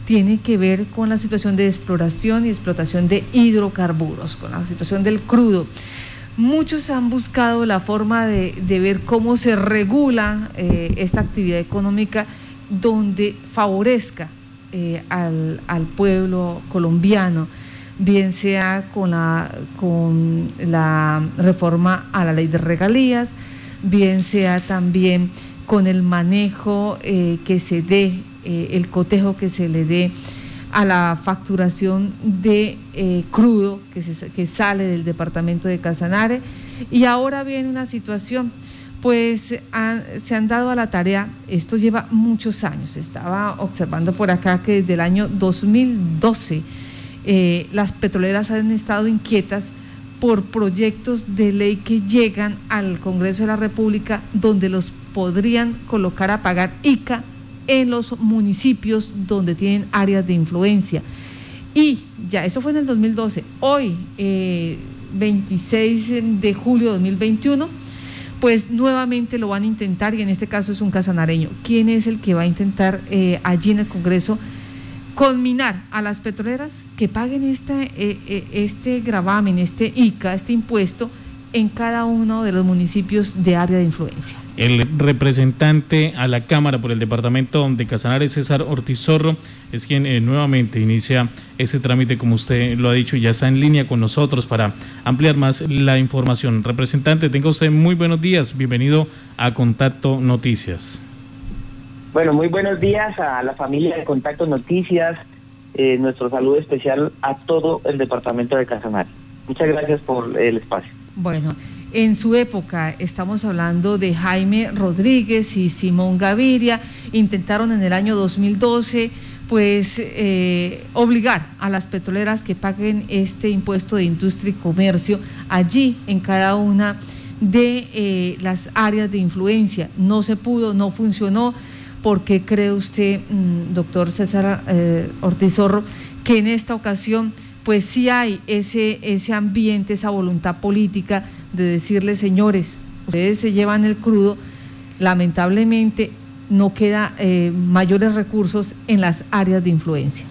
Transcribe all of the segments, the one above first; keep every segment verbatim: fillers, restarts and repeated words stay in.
tiene que ver con la situación de exploración y explotación de hidrocarburos, con la situación del crudo. Muchos han buscado la forma de, de ver cómo se regula eh, esta actividad económica donde favorezca eh, al, al pueblo colombiano, bien sea con la, con la reforma a la ley de regalías, bien sea también con el manejo eh, que se dé, eh, el cotejo que se le dé a la facturación de eh, crudo que, se, que sale del departamento de Casanare. Y ahora viene una situación, pues han, se han dado a la tarea, esto lleva muchos años, estaba observando por acá que desde el año dos mil doce eh, las petroleras han estado inquietas por proyectos de ley que llegan al Congreso de la República donde los podrían colocar a pagar I C A en los municipios donde tienen áreas de influencia. Y ya, eso fue en el dos mil doce, hoy, eh, veintiséis de julio de dos mil veintiuno, pues nuevamente lo van a intentar, y en este caso es un casanareño. ¿Quién es el que va a intentar eh, allí en el Congreso conminar a las petroleras que paguen este, eh, este gravamen, este I C A, este impuesto en cada uno de los municipios de área de influencia? El representante a la Cámara por el departamento de Casanare, César Ortiz Zorro, es quien eh, nuevamente inicia ese trámite, como usted lo ha dicho, y ya está en línea con nosotros para ampliar más la información. Representante, tenga usted muy buenos días, bienvenido a Contacto Noticias. Bueno, muy buenos días a la familia de Contacto Noticias, eh, nuestro saludo especial a todo el departamento de Casanare. Muchas gracias por el espacio. Bueno, en su época, estamos hablando de Jaime Rodríguez y Simón Gaviria, intentaron en el año dos mil doce pues eh, obligar a las petroleras que paguen este impuesto de industria y comercio allí en cada una de eh, las áreas de influencia. No se pudo, no funcionó. ¿Por qué cree usted, doctor César eh, Ortiz Zorro, que en esta ocasión pues sí hay ese, ese ambiente, esa voluntad política de decirles, señores, ustedes se llevan el crudo, lamentablemente no queda eh, mayores recursos en las áreas de influencia?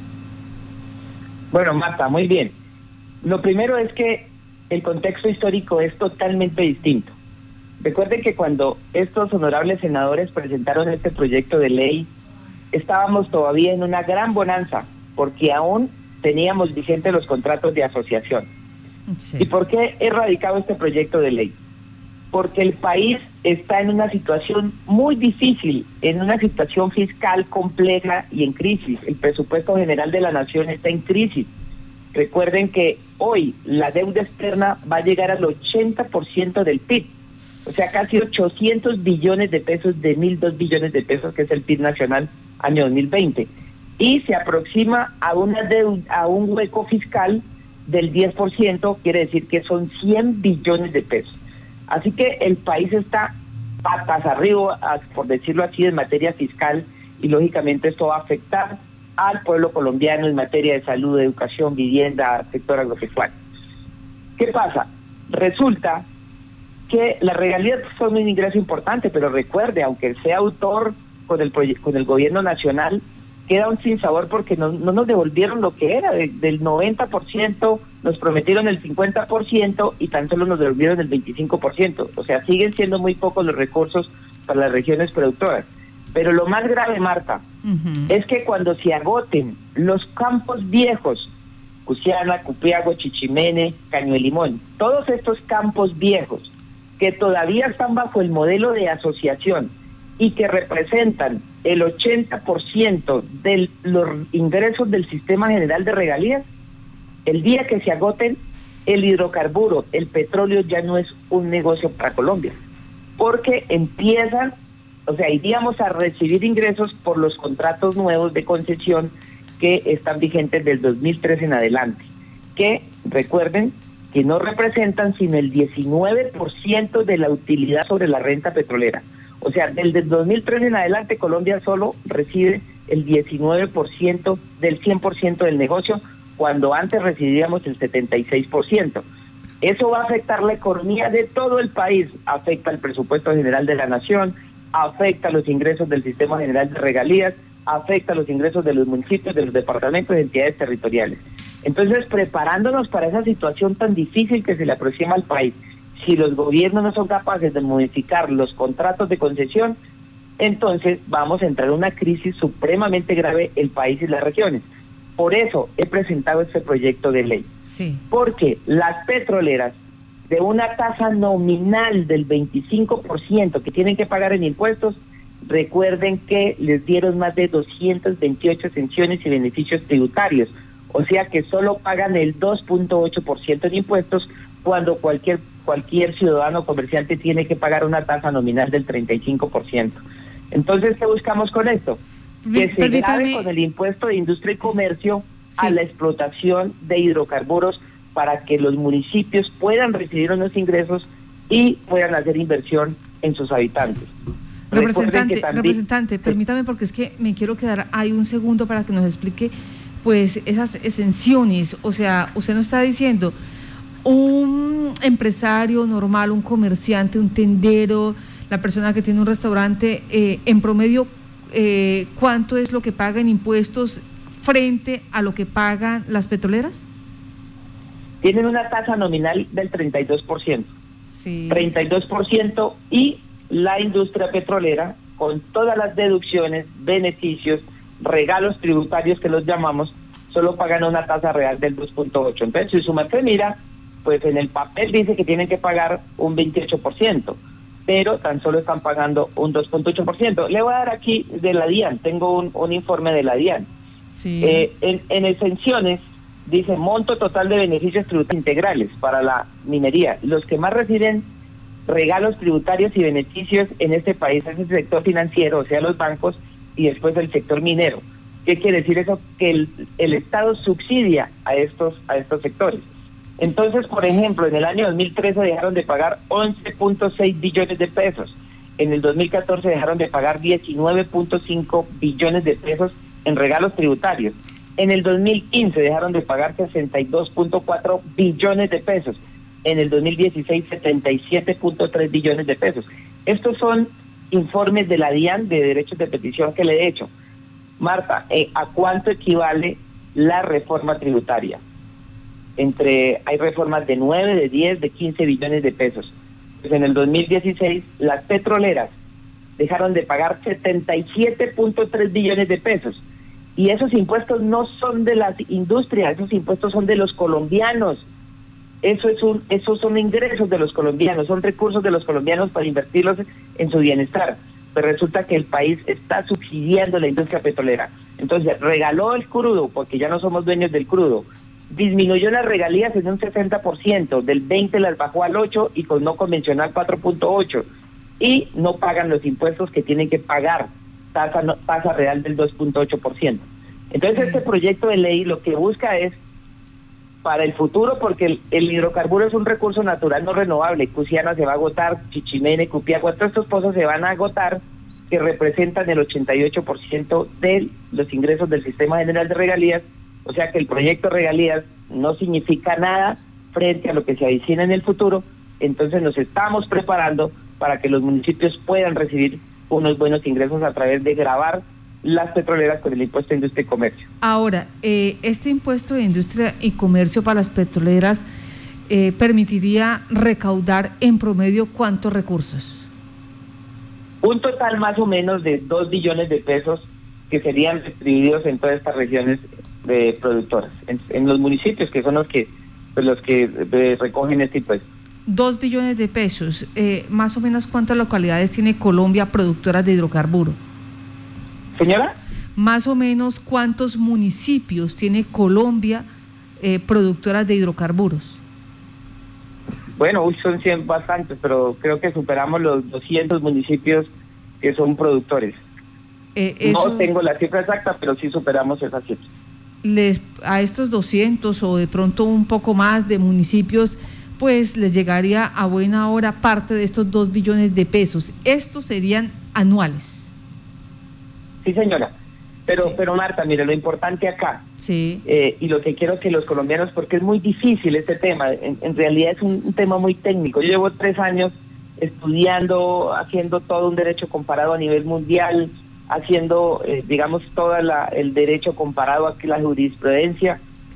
Bueno, Marta, muy bien. Lo primero es que el contexto histórico es totalmente distinto. Recuerden que cuando estos honorables senadores presentaron este proyecto de ley, estábamos todavía en una gran bonanza, porque aún teníamos vigentes los contratos de asociación. Sí. ¿Y por qué he radicado este proyecto de ley? Porque el país está en una situación muy difícil, en una situación fiscal compleja y en crisis. El presupuesto general de la nación está en crisis. Recuerden que hoy la deuda externa va a llegar al ochenta por ciento del P I B, o sea, casi ochocientos billones de pesos de mil dos billones de pesos, que es el P I B nacional año dos mil veinte. Y se aproxima a una deuda, a un hueco fiscal del diez por ciento, quiere decir que son cien billones de pesos. Así que el país está patas arriba, por decirlo así, en materia fiscal, y lógicamente esto va a afectar al pueblo colombiano en materia de salud, educación, vivienda, sector agropecuario. ¿Qué pasa? Resulta que las regalías son un ingreso importante, pero recuerde, aunque sea autor con el, con el gobierno nacional, queda un sinsabor porque no, no nos devolvieron lo que era. De, del noventa por ciento nos prometieron el cincuenta por ciento y tan solo nos devolvieron el veinticinco por ciento. O sea, siguen siendo muy pocos los recursos para las regiones productoras. Pero lo más grave, Marta, uh-huh. es que cuando se agoten los campos viejos, Cusiana, Cupiago, Chichimene, Caño de Limón, todos estos campos viejos que todavía están bajo el modelo de asociación y que representan el ochenta por ciento de los ingresos del Sistema General de Regalías, el día que se agoten, el hidrocarburo, el petróleo ya no es un negocio para Colombia, porque empiezan, o sea, iríamos a recibir ingresos por los contratos nuevos de concesión que están vigentes del dos mil tres en adelante, que recuerden que no representan sino el diecinueve por ciento de la utilidad sobre la renta petrolera. O sea, desde el dos mil tres en adelante Colombia solo recibe el diecinueve por ciento del cien por ciento del negocio, cuando antes recibíamos el setenta y seis por ciento. Eso va a afectar la economía de todo el país, afecta el presupuesto general de la nación, afecta los ingresos del Sistema General de Regalías, afecta los ingresos de los municipios, de los departamentos, de entidades territoriales. Entonces, preparándonos para esa situación tan difícil que se le aproxima al país, si los gobiernos no son capaces de modificar los contratos de concesión, entonces vamos a entrar en una crisis supremamente grave el país y las regiones. Por eso he presentado este proyecto de ley. Sí. Porque las petroleras, de una tasa nominal del veinticinco por ciento que tienen que pagar en impuestos, recuerden que les dieron más de doscientas veintiocho exenciones y beneficios tributarios, o sea que solo pagan el dos punto ocho por ciento en impuestos, cuando cualquier cualquier ciudadano o comerciante tiene que pagar una tasa nominal del treinta y cinco por ciento. Entonces, ¿qué buscamos con esto? Que se grave con el impuesto de industria y comercio sí. a la explotación de hidrocarburos, para que los municipios puedan recibir unos ingresos y puedan hacer inversión en sus habitantes. Representante, también, representante, sí. permítame, porque es que me quiero quedar ahí un segundo para que nos explique pues esas exenciones. O sea, usted nos está diciendo, un empresario normal, un comerciante, un tendero, la persona que tiene un restaurante, eh, en promedio, eh, ¿cuánto es lo que paga en impuestos frente a lo que pagan las petroleras? Tienen una tasa nominal del treinta y dos por ciento. Sí. treinta y dos por ciento, y la industria petrolera, con todas las deducciones, beneficios, regalos tributarios que los llamamos, solo pagan una tasa real del dos punto ocho por ciento. Entonces, si su merced mira, pues en el papel dice que tienen que pagar un veintiocho por ciento, pero tan solo están pagando un dos punto ocho por ciento. Le voy a dar aquí de la DIAN, tengo un, un informe de la DIAN. Sí. Eh, en, en exenciones, dice monto total de beneficios tributarios integrales para la minería. Los que más reciben regalos tributarios y beneficios en este país es el sector financiero, o sea, los bancos, y después el sector minero. ¿Qué quiere decir eso? Que el, el Estado subsidia a estos, a estos sectores. Entonces, por ejemplo, en el año dos mil trece dejaron de pagar once punto seis billones de pesos. En el dos mil catorce dejaron de pagar diecinueve punto cinco billones de pesos en regalos tributarios. En el dos mil quince dejaron de pagar sesenta y dos punto cuatro billones de pesos. En el dos mil dieciséis, setenta y siete punto tres billones de pesos. Estos son informes de la DIAN de derechos de petición que le he hecho. Marta, eh, ¿a cuánto equivale la reforma tributaria? Entre hay reformas de nueve, de diez, de quince billones de pesos. Pues en el dos mil dieciséis las petroleras dejaron de pagar setenta y siete punto tres billones de pesos. Y esos impuestos no son de las industrias, esos impuestos son de los colombianos. Eso es un, esos son ingresos de los colombianos, son recursos de los colombianos para invertirlos en su bienestar. Pero resulta que el país está subsidiando la industria petrolera. Entonces regaló el crudo, porque ya no somos dueños del crudo. Disminuyó las regalías en un sesenta por ciento, del veinte las bajó al ocho y con no convencional cuatro punto ocho. Y no pagan los impuestos que tienen que pagar, tasa, no, tasa real del dos punto ocho por ciento. Entonces sí. Este proyecto de ley lo que busca es, para el futuro, porque el, el hidrocarburo es un recurso natural no renovable, Cusiana se va a agotar, Chichimene, Cupiagua, todos estos pozos se van a agotar, que representan el ochenta y ocho por ciento de los ingresos del Sistema General de Regalías, o sea que el proyecto de regalías no significa nada frente a lo que se avecina en el futuro. Entonces nos estamos preparando para que los municipios puedan recibir unos buenos ingresos a través de gravar las petroleras con el impuesto de industria y comercio. Ahora, eh, este impuesto de industria y comercio para las petroleras eh, permitiría recaudar en promedio ¿cuántos recursos? Un total más o menos de dos billones de pesos que serían distribuidos en todas estas regiones de productoras, en, en los municipios que son los que pues los que eh, recogen este impuesto. Dos billones de pesos, eh, más o menos ¿cuántas localidades tiene Colombia productoras de hidrocarburo? Señora. Más o menos ¿cuántos municipios tiene Colombia eh, productoras de hidrocarburos? Bueno, uy, son cien bastantes, pero creo que superamos los doscientos municipios que son productores. Eh, eso, no tengo la cifra exacta, pero sí superamos esa cifra. Les, a estos doscientos o de pronto un poco más de municipios, pues les llegaría a buena hora parte de estos dos billones de pesos. Estos serían anuales. Sí, señora. Pero, sí. pero Marta, mire, lo importante acá, sí. eh, y lo que quiero que los colombianos, porque es muy difícil este tema, en, en realidad es un, un tema muy técnico. Yo llevo tres años estudiando, haciendo todo un derecho comparado a nivel mundial, haciendo, eh, digamos, todo el derecho comparado a la jurisprudencia.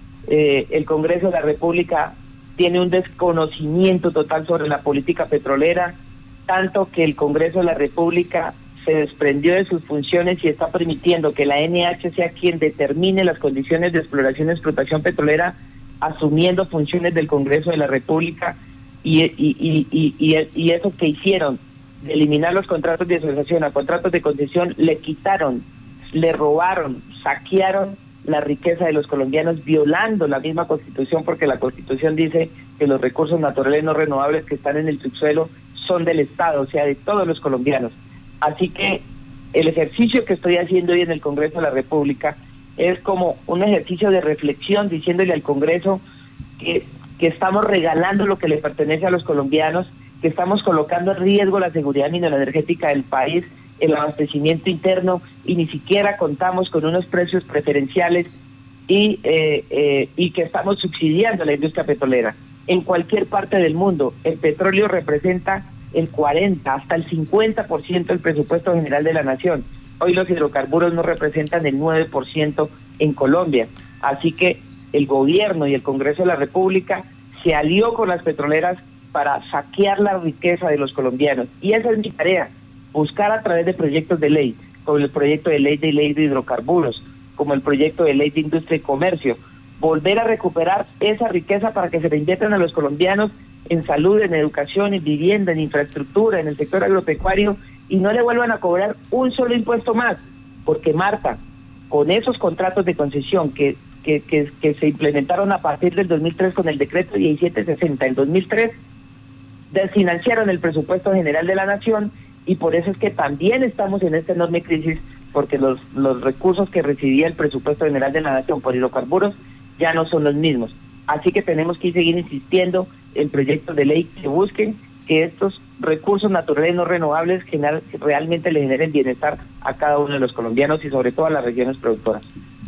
Eh, el Congreso de la República tiene un desconocimiento total sobre la política petrolera, tanto que el Congreso de la República se desprendió de sus funciones y está permitiendo que la N H sea quien determine las condiciones de exploración y explotación petrolera, asumiendo funciones del Congreso de la República, y, y, y, y, y, y eso que hicieron, de eliminar los contratos de asociación a contratos de concesión, le quitaron, le robaron, saquearon la riqueza de los colombianos, violando la misma Constitución, porque la Constitución dice que los recursos naturales no renovables que están en el subsuelo son del Estado, o sea, de todos los colombianos. Así que el ejercicio que estoy haciendo hoy en el Congreso de la República es como un ejercicio de reflexión, diciéndole al Congreso que, que estamos regalando lo que le pertenece a los colombianos, que estamos colocando en riesgo la seguridad mineroenergética del país, el abastecimiento interno, y ni siquiera contamos con unos precios preferenciales, y, eh, eh, y que estamos subsidiando la industria petrolera. En cualquier parte del mundo, el petróleo representa el cuarenta, hasta el cincuenta por ciento del presupuesto general de la nación. Hoy los hidrocarburos no representan el nueve por ciento en Colombia. Así que el gobierno y el Congreso de la República se alió con las petroleras para saquear la riqueza de los colombianos. Y esa es mi tarea, buscar a través de proyectos de ley, como el proyecto de ley de ley de hidrocarburos, como el proyecto de ley de industria y comercio, volver a recuperar esa riqueza para que se reinviertan a los colombianos en salud, en educación, en vivienda, en infraestructura, en el sector agropecuario, y no le vuelvan a cobrar un solo impuesto más, porque Marta, con esos contratos de concesión que, que, que, que se implementaron a partir del dos mil tres con el decreto diecisiete sesenta del dos mil tres, desfinanciaron el presupuesto general de la nación, y por eso es que también estamos en esta enorme crisis, porque los, los recursos que recibía el presupuesto general de la nación por hidrocarburos ya no son los mismos. Así que tenemos que seguir insistiendo en proyectos de ley que busquen que estos recursos naturales no renovables general, realmente le generen bienestar a cada uno de los colombianos y sobre todo a las regiones productoras.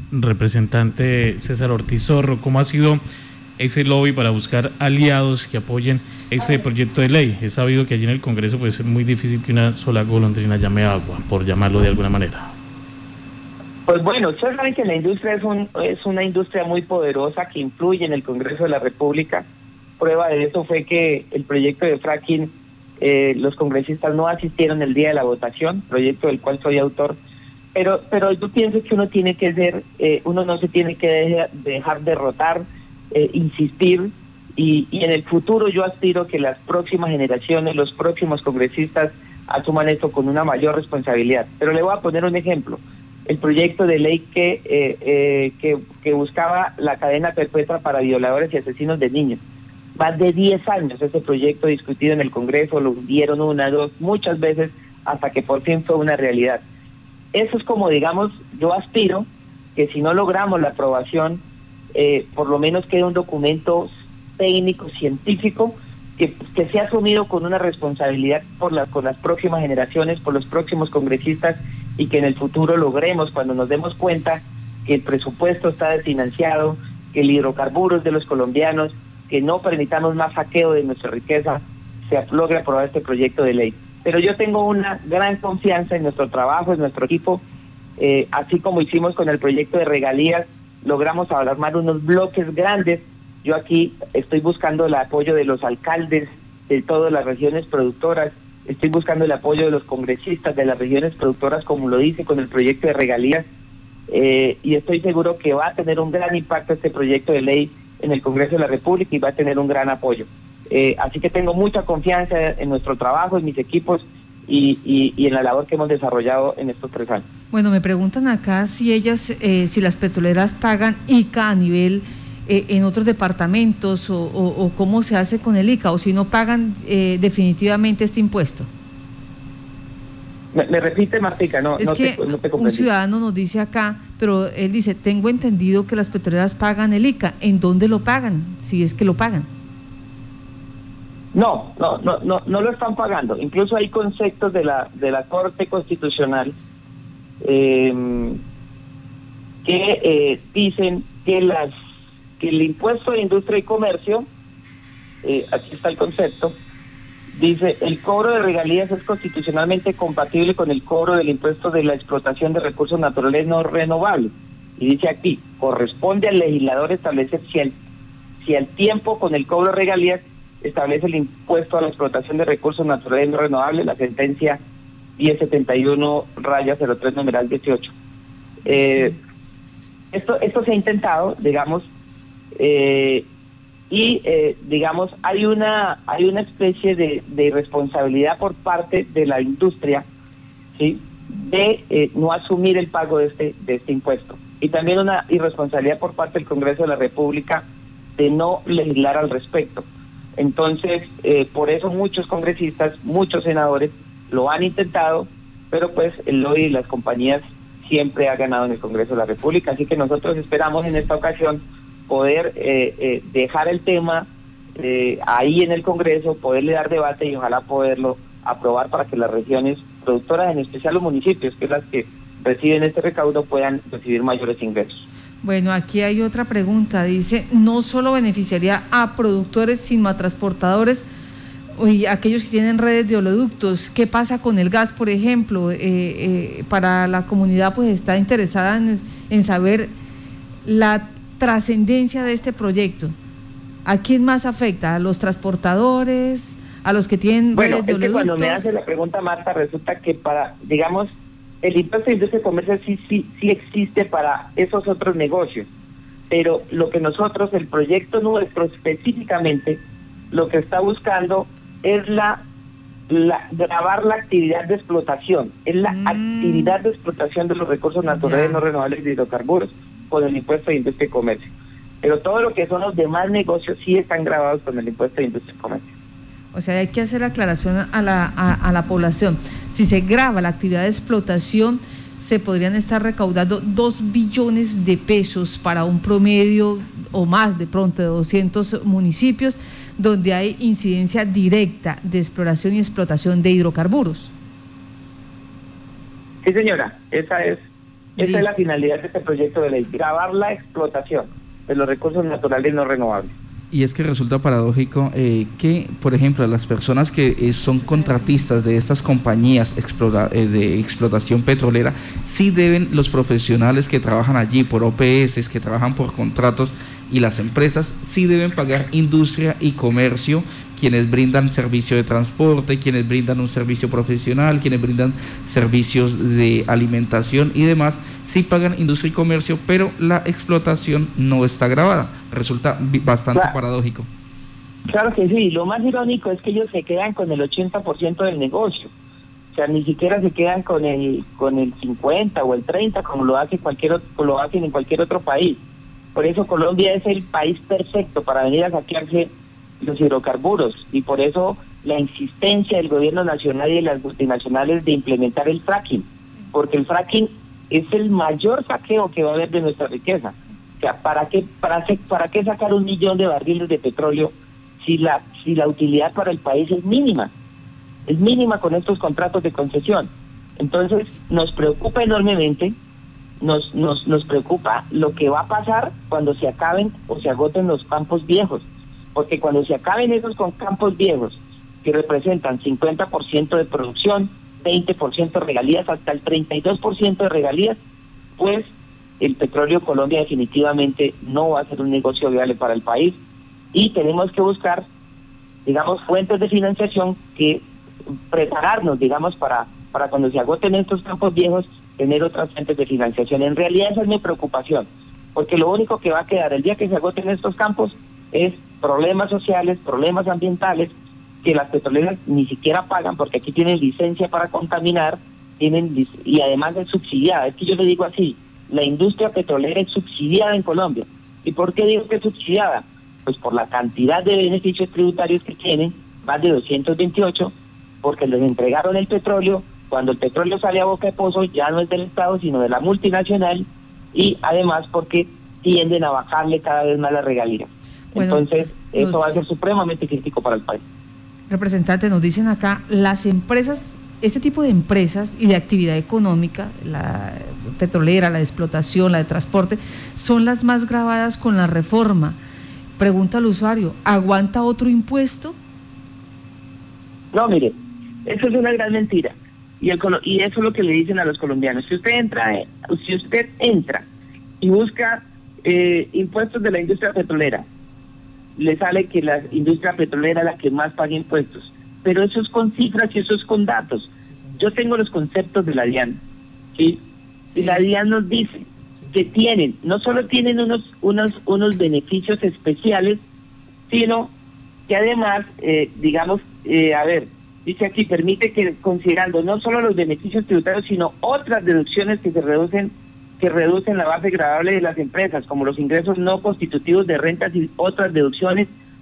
Representante César Ortiz Zorro, ¿cómo ha sido ese lobby para buscar aliados que apoyen este proyecto de ley? He sabido que allí en el Congreso puede ser muy difícil que una sola golondrina llame agua, por llamarlo de alguna manera. Pues bueno, ustedes saben que la industria es, un, es una industria muy poderosa que influye en el Congreso de la República. Prueba de eso fue que el proyecto de fracking, eh, los congresistas no asistieron el día de la votación, proyecto del cual soy autor, pero pero yo pienso que uno tiene que ser, eh, uno no se tiene que dejar, dejar derrotar, eh, insistir, y, y en el futuro yo aspiro que las próximas generaciones, los próximos congresistas asuman esto con una mayor responsabilidad. Pero le voy a poner un ejemplo. El proyecto de ley que, eh, eh, que, que buscaba la cadena perpetua para violadores y asesinos de niños. Más de diez años ese proyecto discutido en el Congreso, lo hundieron una, dos, muchas veces, hasta que por fin fue una realidad. Eso es como, digamos, yo aspiro que si no logramos la aprobación, eh, por lo menos quede un documento técnico, científico, que, que sea asumido con una responsabilidad por la, con las próximas generaciones, por los próximos congresistas, y que en el futuro logremos, cuando nos demos cuenta que el presupuesto está desfinanciado, que el hidrocarburo es de los colombianos, que no permitamos más saqueo de nuestra riqueza, se logre aprobar este proyecto de ley. Pero yo tengo una gran confianza en nuestro trabajo, en nuestro equipo, eh, así como hicimos con el proyecto de regalías, logramos armar unos bloques grandes. Yo aquí estoy buscando el apoyo de los alcaldes de todas las regiones productoras, estoy buscando el apoyo de los congresistas de las regiones productoras, como lo dice con el proyecto de regalías, eh, y estoy seguro que va a tener un gran impacto este proyecto de ley en el Congreso de la República y va a tener un gran apoyo. Eh, así que tengo mucha confianza en nuestro trabajo, en mis equipos y, y, y en la labor que hemos desarrollado en estos tres años. Bueno, me preguntan acá si ellas, eh, si las petroleras pagan I C A a nivel eh, en otros departamentos o, o, o cómo se hace con el I C A, o si no pagan eh, definitivamente este impuesto. Me, me repite, Martica, no, es no, que te, no te comprendí. Un ciudadano nos dice acá, pero él dice, tengo entendido que las petroleras pagan el I C A. ¿En dónde lo pagan? Si es que lo pagan. No, no, no, no, no lo están pagando. Incluso hay conceptos de la de la Corte Constitucional eh, que eh, dicen que las que el impuesto de industria y comercio, eh, aquí está el concepto, Dice, el cobro de regalías es constitucionalmente compatible con el cobro del impuesto de la explotación de recursos naturales no renovables. Y dice aquí, corresponde al legislador establecer si al, si al tiempo con el cobro de regalías establece el impuesto a la explotación de recursos naturales no renovables, la sentencia diez setenta y uno raya cero tres numeral dieciocho. Eh, esto, esto se ha intentado, digamos, eh, y eh, digamos hay una hay una especie de, de irresponsabilidad por parte de la industria, ¿sí?, de eh, no asumir el pago de este de este impuesto, y también una irresponsabilidad por parte del Congreso de la República de no legislar al respecto. Entonces, eh, por eso muchos congresistas, muchos senadores lo han intentado, pero pues el lobby y las compañías siempre ha ganado en el Congreso de la República, así que nosotros esperamos en esta ocasión poder eh, eh, dejar el tema eh, ahí en el Congreso, poderle dar debate y ojalá poderlo aprobar para que las regiones productoras, en especial los municipios, que es las que reciben este recaudo, puedan recibir mayores ingresos. Bueno, aquí hay otra pregunta, dice, no solo beneficiaría a productores, sino a transportadores y aquellos que tienen redes de oleoductos. ¿Qué pasa con el gas, por ejemplo? Eh, eh, para la comunidad pues está interesada en, en saber la trascendencia de este proyecto. ¿A quién más afecta? ¿A los transportadores? ¿A los que tienen bueno, redes de oleoductos? Bueno, es que cuando me hace la pregunta, Marta, resulta que para, digamos, el impuesto de industria y comercio sí, sí, sí existe para esos otros negocios, pero lo que nosotros, el proyecto nuestro específicamente, lo que está buscando es la, la grabar la actividad de explotación, es la mm. actividad de explotación de los recursos naturales ya. no renovables de hidrocarburos con el impuesto de industria y comercio. Pero todo lo que son los demás negocios sí están grabados con el impuesto de industria y comercio. O sea, hay que hacer aclaración a la, a, a la población. Si se graba la actividad de explotación, se podrían estar recaudando dos billones de pesos para un promedio o más de pronto de doscientos municipios donde hay incidencia directa de exploración y explotación de hidrocarburos. Sí, señora, esa es, esa es la finalidad de este proyecto de ley, grabar la explotación de los recursos naturales no renovables. Y es que resulta paradójico eh, que, por ejemplo, las personas que eh, son contratistas de estas compañías explora, eh, de explotación petrolera, sí deben, los profesionales que trabajan allí por O P S, que trabajan por contratos, y las empresas sí deben pagar industria y comercio, quienes brindan servicio de transporte, quienes brindan un servicio profesional, quienes brindan servicios de alimentación y demás, sí pagan industria y comercio, pero la explotación no está grabada. Resulta bastante claro. paradójico. Claro que sí, lo más irónico es que ellos se quedan con el ochenta por ciento del negocio, o sea, ni siquiera se quedan con el con el cincuenta o el treinta como lo hace cualquier otro, lo hacen en cualquier otro país. Por eso Colombia es el país perfecto para venir a saquearse los hidrocarburos, y por eso la insistencia del gobierno nacional y de las multinacionales de implementar el fracking, porque el fracking es el mayor saqueo que va a haber de nuestra riqueza. O sea, ¿para qué, para, para qué sacar un millón de barriles de petróleo si la, si la utilidad para el país es mínima? Es mínima con estos contratos de concesión. Entonces, nos preocupa enormemente, nos, nos, nos preocupa lo que va a pasar cuando se acaben o se agoten los campos viejos. Porque cuando se acaben esos con campos viejos, que representan cincuenta por ciento de producción, veinte por ciento de regalías, hasta el treinta y dos por ciento de regalías, pues el petróleo Colombia definitivamente no va a ser un negocio viable para el país, y tenemos que buscar, digamos, fuentes de financiación que prepararnos, digamos, para, para cuando se agoten estos campos viejos, tener otras fuentes de financiación. En realidad esa es mi preocupación, porque lo único que va a quedar el día que se agoten estos campos es problemas sociales, problemas ambientales, que las petroleras ni siquiera pagan, porque aquí tienen licencia para contaminar, tienen y además es subsidiada. Es que yo le digo así, la industria petrolera es subsidiada en Colombia. ¿Y por qué digo que es subsidiada? Pues por la cantidad de beneficios tributarios que tienen, más de doscientos veintiocho, porque les entregaron el petróleo, cuando el petróleo sale a boca de pozo ya no es del Estado, sino de la multinacional, y además porque tienden a bajarle cada vez más las regalías. Bueno, entonces, eso nos... va a ser supremamente crítico para el país. Representante, nos dicen acá, las empresas, este tipo de empresas y de actividad económica, la petrolera, la de explotación, la de transporte, son las más gravadas con la reforma. Pregunta al usuario, ¿aguanta otro impuesto? No, mire, eso es una gran mentira. Y, el, y eso es lo que le dicen a los colombianos. Si usted entra, si usted entra y busca eh, impuestos de la industria petrolera, le sale que la industria petrolera es la que más paga impuestos. Pero eso es con cifras y eso es con datos. Yo tengo los conceptos de la DIAN, ¿sí? Sí. Y la DIAN nos dice que tienen, no solo tienen unos, unos, unos beneficios especiales, sino que además, eh, digamos, eh, a ver, dice aquí, permite que considerando no solo los beneficios tributarios, sino otras deducciones que se reducen, que reducen la base gravable de las empresas, como los ingresos no constitutivos de rentas y otras deducciones,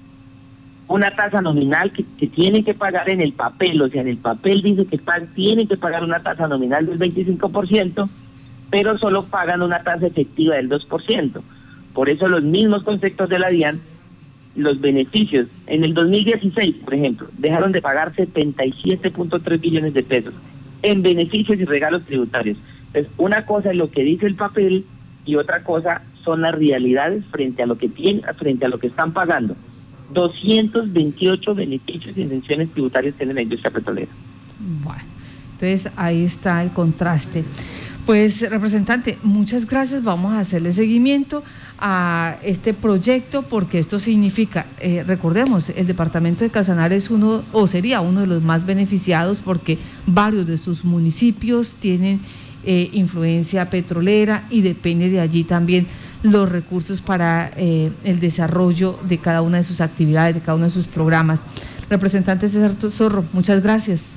una tasa nominal que, que tienen que pagar en el papel, o sea, en el papel dice que pagan, tienen que pagar una tasa nominal del veinticinco por ciento, pero solo pagan una tasa efectiva del dos por ciento. Por eso los mismos conceptos de la DIAN, los beneficios, en el dos mil dieciséis, por ejemplo, dejaron de pagar setenta y siete punto tres billones de pesos en beneficios y regalos tributarios. Entonces, una cosa es lo que dice el papel y otra cosa son las realidades frente a lo que tienen, frente a lo que están pagando. doscientos veintiocho beneficios y exenciones tributarias tiene la industria petrolera. Bueno, entonces ahí está el contraste. Pues, representante, muchas gracias. Vamos a hacerle seguimiento a este proyecto porque esto significa, eh, recordemos, el departamento de Casanare es uno, o sería uno de los más beneficiados porque varios de sus municipios tienen eh, influencia petrolera y depende de allí también los recursos para eh, el desarrollo de cada una de sus actividades, de cada uno de sus programas. Representante César Zorro, muchas gracias.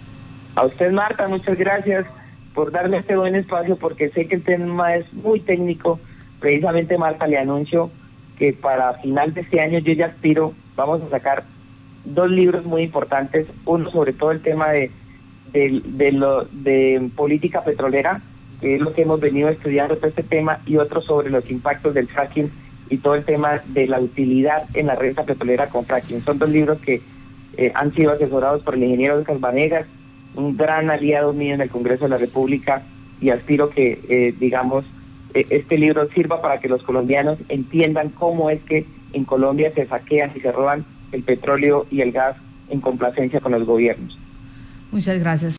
A usted, Marta, muchas gracias por darme este buen espacio, porque sé que el tema es muy técnico. Precisamente, Marta, le anuncio que para final de este año yo ya aspiro, vamos a sacar dos libros muy importantes, uno sobre todo el tema de, de, de, lo, de política petrolera, que es lo que hemos venido estudiando todo este tema, y otro sobre los impactos del fracking y todo el tema de la utilidad en la renta petrolera con fracking. Son dos libros que eh, han sido asesorados por el ingeniero Oscar Vanegas, un gran aliado mío en el Congreso de la República, y aspiro que, eh, digamos, eh, este libro sirva para que los colombianos entiendan cómo es que en Colombia se saquean y se roban el petróleo y el gas en complacencia con los gobiernos. Muchas gracias.